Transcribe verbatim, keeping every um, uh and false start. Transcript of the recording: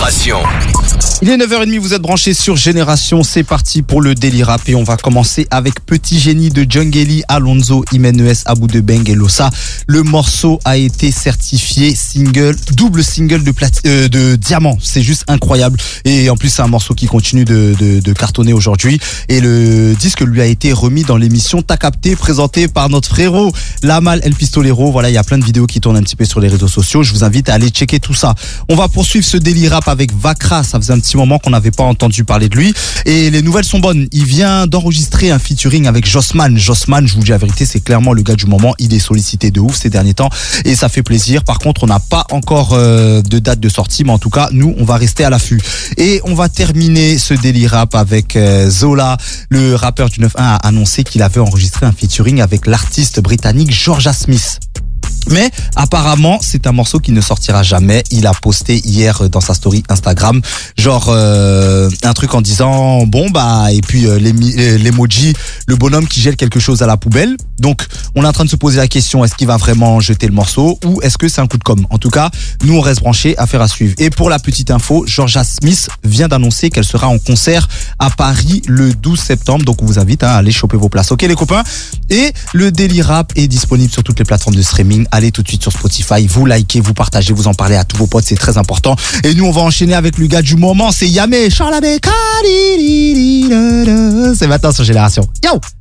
Génération. Il est neuf heures trente, vous êtes branchés sur Génération, c'est parti pour le Daily Rap et on va commencer avec Petit Génie de Djungeli, Alonso, Imenes, Abou de Beng et Losa. Le morceau a été certifié single, double single de, plati- euh, de diamant, c'est juste incroyable et en plus c'est un morceau qui continue de, de, de cartonner aujourd'hui et le disque lui a été remis dans l'émission T'as capté, présentée par notre frérot Lamal El Pistolero. Voilà, il y a plein de vidéos qui tournent un petit peu sur les réseaux sociaux, je vous invite à aller checker tout ça. On va poursuivre ce Daily Rap avec Vakra, ça faisait un petit moment qu'on n'avait pas entendu parler de lui et les nouvelles sont bonnes. Il vient d'enregistrer un featuring avec Jossman. Jossman, je vous dis la vérité, c'est clairement le gars du moment. Il est sollicité de ouf ces derniers temps et ça fait plaisir. Par contre, on n'a pas encore euh, de date de sortie, mais en tout cas, nous, on va rester à l'affût. Et on va terminer ce Daily Rap avec euh, Zola. Le rappeur du neuf un a annoncé qu'il avait enregistré un featuring avec l'artiste britannique Georgia Smith. Mais apparemment c'est un morceau qui ne sortira jamais. Il a posté hier dans sa story Instagram genre euh, un truc en disant bon bah et puis euh, l'emoji, le bonhomme qui jette quelque chose à la poubelle. Donc on est en train de se poser la question, est-ce qu'il va vraiment jeter le morceau ou est-ce que c'est un coup de com'? En tout cas nous on reste branchés, affaire à suivre. Et pour la petite info, Georgia Smith vient d'annoncer qu'elle sera en concert à Paris le douze septembre. Donc on vous invite hein, à aller choper vos places, ok les copains. Et le Daily Rap est disponible sur toutes les plateformes de streaming. Allez tout de suite sur Spotify, vous likez, vous partagez, vous en parlez à tous vos potes, c'est très important. Et nous on va enchaîner avec le gars du moment, c'est Yamé, Charles Abbé. C'est maintenant sur Génération. Yo!